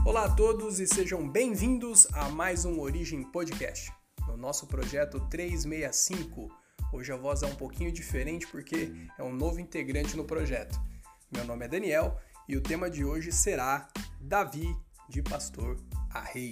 Olá a todos e sejam bem-vindos a mais um Origem Podcast. No nosso projeto 365, hoje a voz é um pouquinho diferente porque é um novo integrante no projeto. Meu nome é Daniel e o tema de hoje será Davi, de pastor a rei.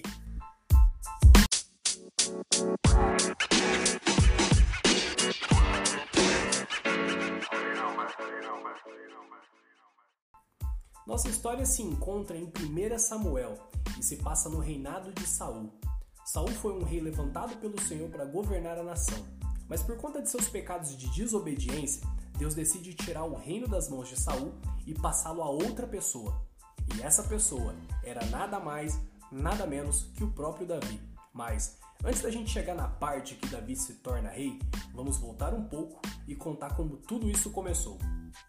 Nossa história se encontra em 1 Samuel e se passa no reinado de Saul. Saul foi um rei levantado pelo Senhor para governar a nação, mas por conta de seus pecados de desobediência, Deus decide tirar o reino das mãos de Saul e passá-lo a outra pessoa. E essa pessoa era nada mais, nada menos que o próprio Davi. Mas antes da gente chegar na parte que Davi se torna rei, vamos voltar um pouco e contar como tudo isso começou.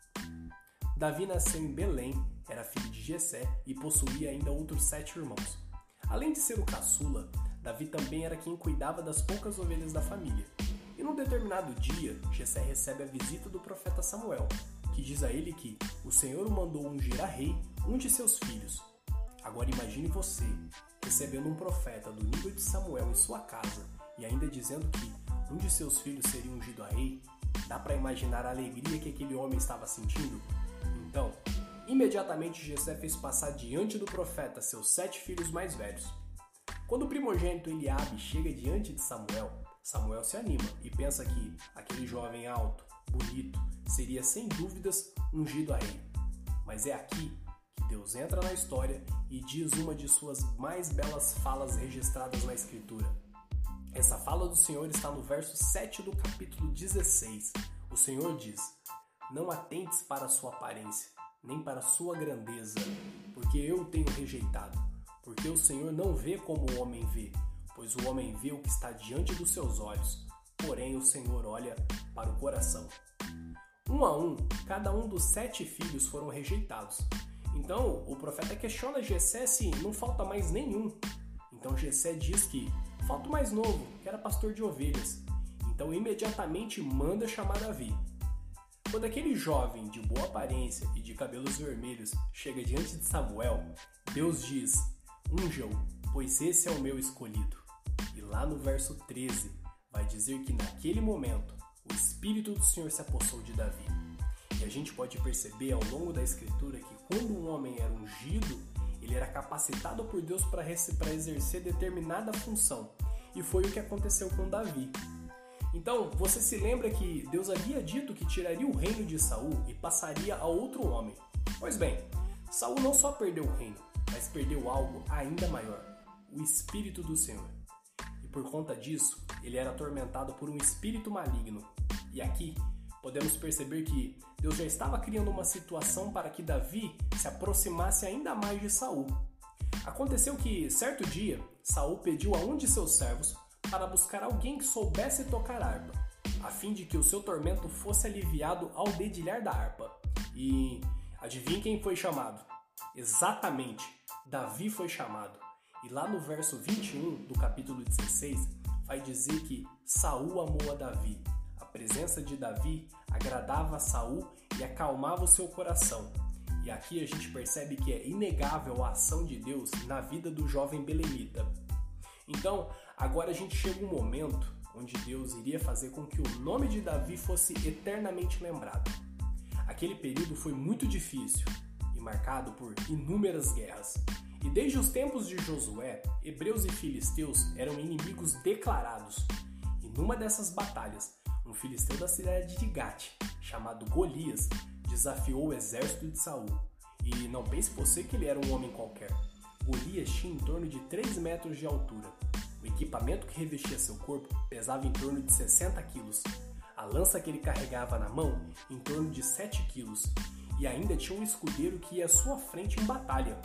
Davi nasceu em Belém, era filho de Jessé e possuía ainda outros 7 irmãos. Além de ser o caçula, Davi também era quem cuidava das poucas ovelhas da família. E num determinado dia, Jessé recebe a visita do profeta Samuel, que diz a ele que o Senhor o mandou ungir a rei um de seus filhos. Agora imagine você, recebendo um profeta do nível de Samuel em sua casa e ainda dizendo que um de seus filhos seria ungido a rei. Dá para imaginar a alegria que aquele homem estava sentindo? Então, imediatamente Jessé fez passar diante do profeta seus 7 filhos mais velhos. Quando o primogênito Eliabe chega diante de Samuel, Samuel se anima e pensa que aquele jovem alto, bonito, seria sem dúvidas ungido a rei. Mas é aqui que Deus entra na história e diz uma de suas mais belas falas registradas na Escritura. Essa fala do Senhor está no verso 7 do capítulo 16. O Senhor diz: "Não atentes para a sua aparência, nem para a sua grandeza, porque eu o tenho rejeitado. Porque o Senhor não vê como o homem vê, pois o homem vê o que está diante dos seus olhos, porém o Senhor olha para o coração." Um a um, cada um dos 7 filhos foram rejeitados. Então o profeta questiona Jessé se não falta mais nenhum. Então Jessé diz que falta o mais novo, que era pastor de ovelhas. Então imediatamente manda chamar Davi. Quando aquele jovem de boa aparência e de cabelos vermelhos chega diante de Samuel, Deus diz: "Unja-o, pois esse é o meu escolhido." E lá no verso 13 vai dizer que naquele momento o Espírito do Senhor se apossou de Davi. E a gente pode perceber ao longo da Escritura que quando um homem era ungido, ele era capacitado por Deus para exercer determinada função. E foi o que aconteceu com Davi. Então, você se lembra que Deus havia dito que tiraria o reino de Saul e passaria a outro homem. Pois bem, Saul não só perdeu o reino, mas perdeu algo ainda maior: o Espírito do Senhor. E por conta disso, ele era atormentado por um espírito maligno. E aqui, podemos perceber que Deus já estava criando uma situação para que Davi se aproximasse ainda mais de Saul. Aconteceu que, certo dia, Saul pediu a um de seus servos para buscar alguém que soubesse tocar harpa, a fim de que o seu tormento fosse aliviado ao dedilhar da harpa. E adivinhe quem foi chamado? Exatamente, Davi foi chamado. E lá no verso 21 do capítulo 16, vai dizer que Saul amou a Davi. A presença de Davi agradava a Saul e acalmava o seu coração. E aqui a gente percebe que é inegável a ação de Deus na vida do jovem belemita. Então, agora a gente chega um momento onde Deus iria fazer com que o nome de Davi fosse eternamente lembrado. Aquele período foi muito difícil e marcado por inúmeras guerras. E desde os tempos de Josué, hebreus e filisteus eram inimigos declarados. E numa dessas batalhas, um filisteu da cidade de Gate, chamado Golias, desafiou o exército de Saul. E não pense você que ele era um homem qualquer. Golias tinha em torno de 3 metros de altura. O equipamento que revestia seu corpo pesava em torno de 60 quilos. A lança que ele carregava na mão, em torno de 7 quilos. E ainda tinha um escudeiro que ia à sua frente em batalha.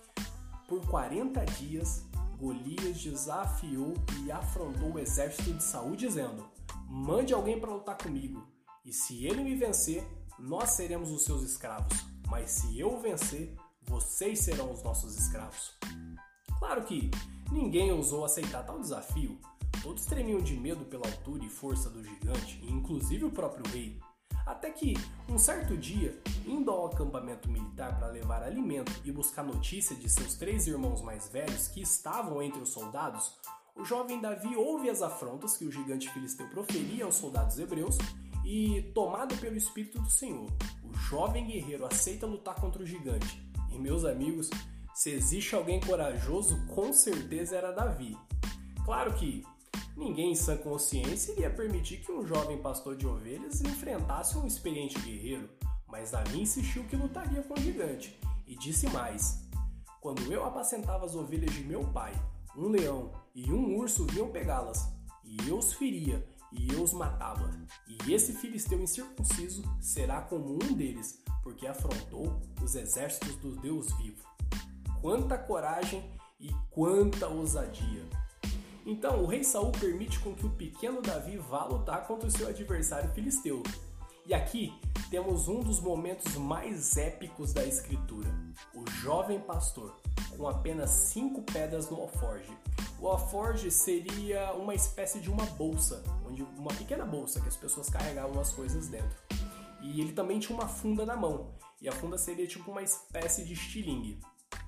Por 40 dias, Golias desafiou e afrontou o exército de Saul, dizendo: "Mande alguém para lutar comigo, e se ele me vencer, nós seremos os seus escravos. Mas se eu o vencer, vocês serão os nossos escravos." Claro que ninguém ousou aceitar tal desafio. Todos tremiam de medo pela altura e força do gigante, e inclusive o próprio rei. Até que, um certo dia, indo ao acampamento militar para levar alimento e buscar notícia de seus 3 irmãos mais velhos que estavam entre os soldados, o jovem Davi ouve as afrontas que o gigante filisteu proferia aos soldados hebreus e, tomado pelo Espírito do Senhor, o jovem guerreiro aceita lutar contra o gigante. E, meus amigos, se existe alguém corajoso, com certeza era Davi. Claro que ninguém em sã consciência iria permitir que um jovem pastor de ovelhas enfrentasse um experiente guerreiro, mas Davi insistiu que lutaria com o gigante e disse mais: quando eu apacentava as ovelhas de meu pai, um leão e um urso vinham pegá-las, e eu os feria e eu os matava, e esse filisteu incircunciso será como um deles, porque afrontou os exércitos do Deus vivo. Quanta coragem e quanta ousadia! Então, o rei Saul permite com que o pequeno Davi vá lutar contra o seu adversário filisteu. E aqui temos um dos momentos mais épicos da escritura. O jovem pastor, com apenas 5 pedras no alforje. O alforje seria uma espécie de uma bolsa, uma pequena bolsa que as pessoas carregavam as coisas dentro. E ele também tinha uma funda na mão, e a funda seria tipo uma espécie de estilingue.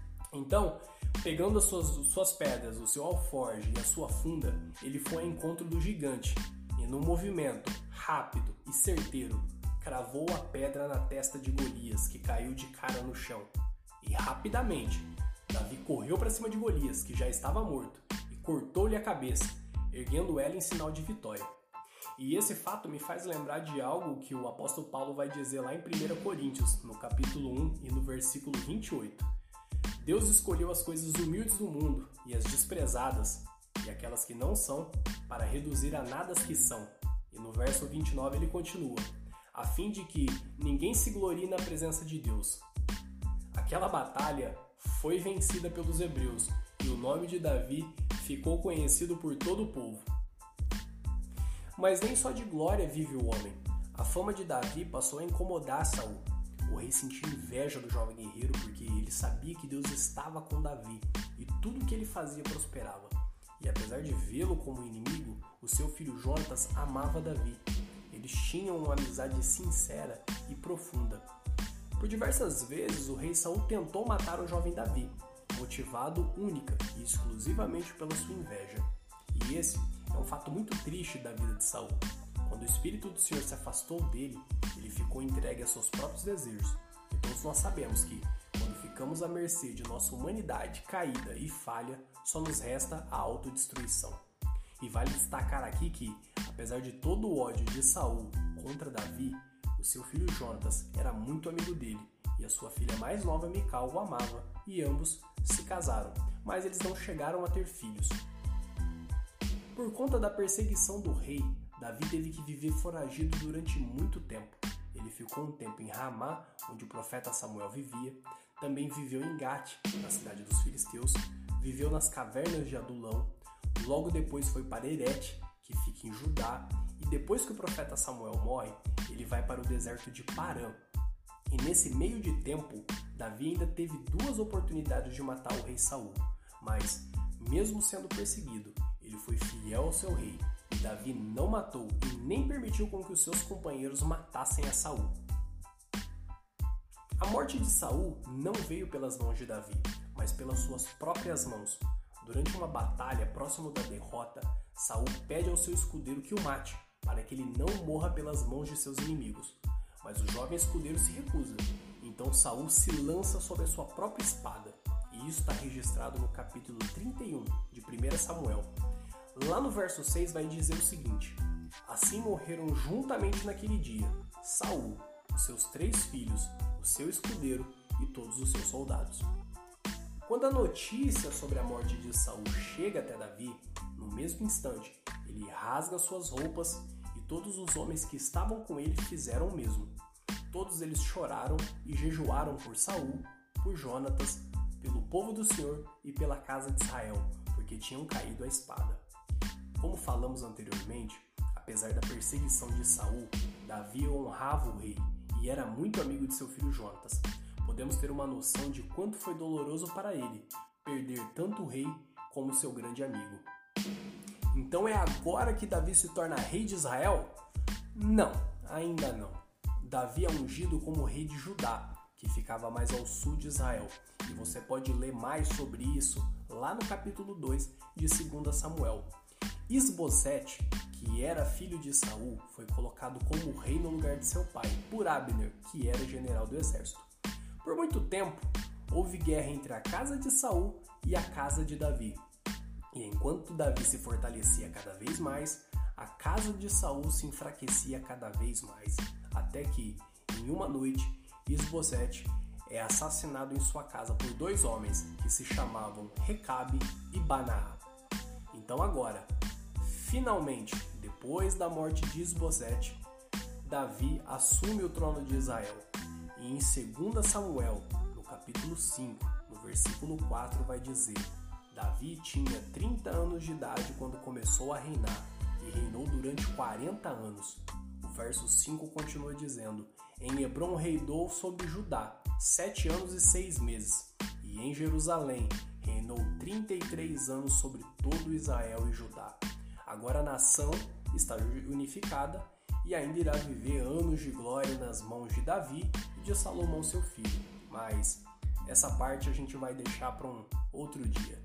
Então, pegando as suas pedras, o seu alforje e a sua funda, ele foi ao encontro do gigante e, num movimento rápido e certeiro, cravou a pedra na testa de Golias, que caiu de cara no chão. E rapidamente, Davi correu para cima de Golias, que já estava morto, e cortou-lhe a cabeça, erguendo ela em sinal de vitória. E esse fato me faz lembrar de algo que o apóstolo Paulo vai dizer lá em 1 Coríntios, no capítulo 1 e no versículo 28. Deus escolheu as coisas humildes do mundo e as desprezadas, e aquelas que não são, para reduzir a nada as que são. E no verso 29 ele continua: a fim de que ninguém se glorie na presença de Deus. Aquela batalha foi vencida pelos hebreus, e o nome de Davi ficou conhecido por todo o povo. Mas nem só de glória vive o homem. A fama de Davi passou a incomodar Saul. O rei sentiu inveja do jovem guerreiro porque ele sabia que Deus estava com Davi e tudo que ele fazia prosperava. E apesar de vê-lo como inimigo, o seu filho Jonatas amava Davi. Eles tinham uma amizade sincera e profunda. Por diversas vezes, o rei Saul tentou matar o jovem Davi, motivado única e exclusivamente pela sua inveja. E esse é um fato muito triste da vida de Saul. Quando o Espírito do Senhor se afastou dele, ele ficou entregue a seus próprios desejos. E todos nós sabemos que, quando ficamos à mercê de nossa humanidade caída e falha, só nos resta a autodestruição. E vale destacar aqui que, apesar de todo o ódio de Saul contra Davi, o seu filho Jonatas era muito amigo dele, e a sua filha mais nova Mical o amava, e ambos se casaram, mas eles não chegaram a ter filhos. Por conta da perseguição do rei, Davi teve que viver foragido durante muito tempo. Ele ficou um tempo em Ramá, onde o profeta Samuel vivia, também viveu em Gate, na cidade dos filisteus, viveu nas cavernas de Adulão, logo depois foi para Herete, que fica em Judá, e depois que o profeta Samuel morre, ele vai para o deserto de Parã. E nesse meio de tempo, Davi ainda teve 2 oportunidades de matar o rei Saul, mas, mesmo sendo perseguido, ele foi fiel ao seu rei, e Davi não matou e nem permitiu com que os seus companheiros matassem a Saul. A morte de Saul não veio pelas mãos de Davi, mas pelas suas próprias mãos. Durante uma batalha próximo da derrota, Saul pede ao seu escudeiro que o mate, para que ele não morra pelas mãos de seus inimigos. Mas o jovem escudeiro se recusa, então Saul se lança sobre a sua própria espada, e isso está registrado no capítulo 31 de 1 Samuel. Lá no verso 6 vai dizer o seguinte: assim morreram juntamente naquele dia Saul, os seus 3 filhos, o seu escudeiro e todos os seus soldados. Quando a notícia sobre a morte de Saul chega até Davi, no mesmo instante, ele rasga suas roupas e todos os homens que estavam com ele fizeram o mesmo. Todos eles choraram e jejuaram por Saul, por Jonatas, pelo povo do Senhor e pela casa de Israel, porque tinham caído à espada. Como falamos anteriormente, apesar da perseguição de Saul, Davi honrava o rei e era muito amigo de seu filho Jonatas. Podemos ter uma noção de quanto foi doloroso para ele perder tanto o rei como seu grande amigo. Então é agora que Davi se torna rei de Israel? Não, ainda não. Davi é ungido como rei de Judá, que ficava mais ao sul de Israel. E você pode ler mais sobre isso lá no capítulo 2 de 2 Samuel. Isbosete, que era filho de Saul, foi colocado como rei no lugar de seu pai, por Abner, que era general do exército. Por muito tempo, houve guerra entre a casa de Saul e a casa de Davi. E enquanto Davi se fortalecia cada vez mais, a casa de Saul se enfraquecia cada vez mais, até que, em uma noite, Isbosete é assassinado em sua casa por 2 homens que se chamavam Recabe e Banaá. Então agora, finalmente, depois da morte de Isbosete, Davi assume o trono de Israel. E em 2 Samuel, no capítulo 5, no versículo 4, vai dizer: Davi tinha 30 anos de idade quando começou a reinar e reinou durante 40 anos. O verso 5 continua dizendo: em Hebrom reinou sobre Judá 7 anos e 6 meses, e em Jerusalém reinou 33 anos sobre todo Israel e Judá. Agora a nação está unificada e ainda irá viver anos de glória nas mãos de Davi e de Salomão seu filho. Mas essa parte a gente vai deixar para um outro dia.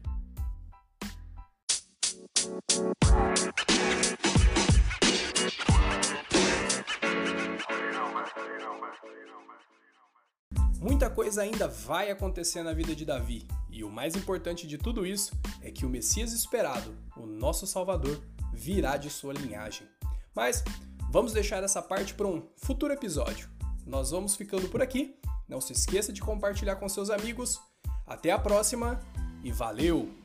Muita coisa ainda vai acontecer na vida de Davi, e o mais importante de tudo isso é que o Messias esperado, o nosso Salvador, virá de sua linhagem. Mas vamos deixar essa parte para um futuro episódio. Nós vamos ficando por aqui. Não se esqueça de compartilhar com seus amigos. Até a próxima e valeu!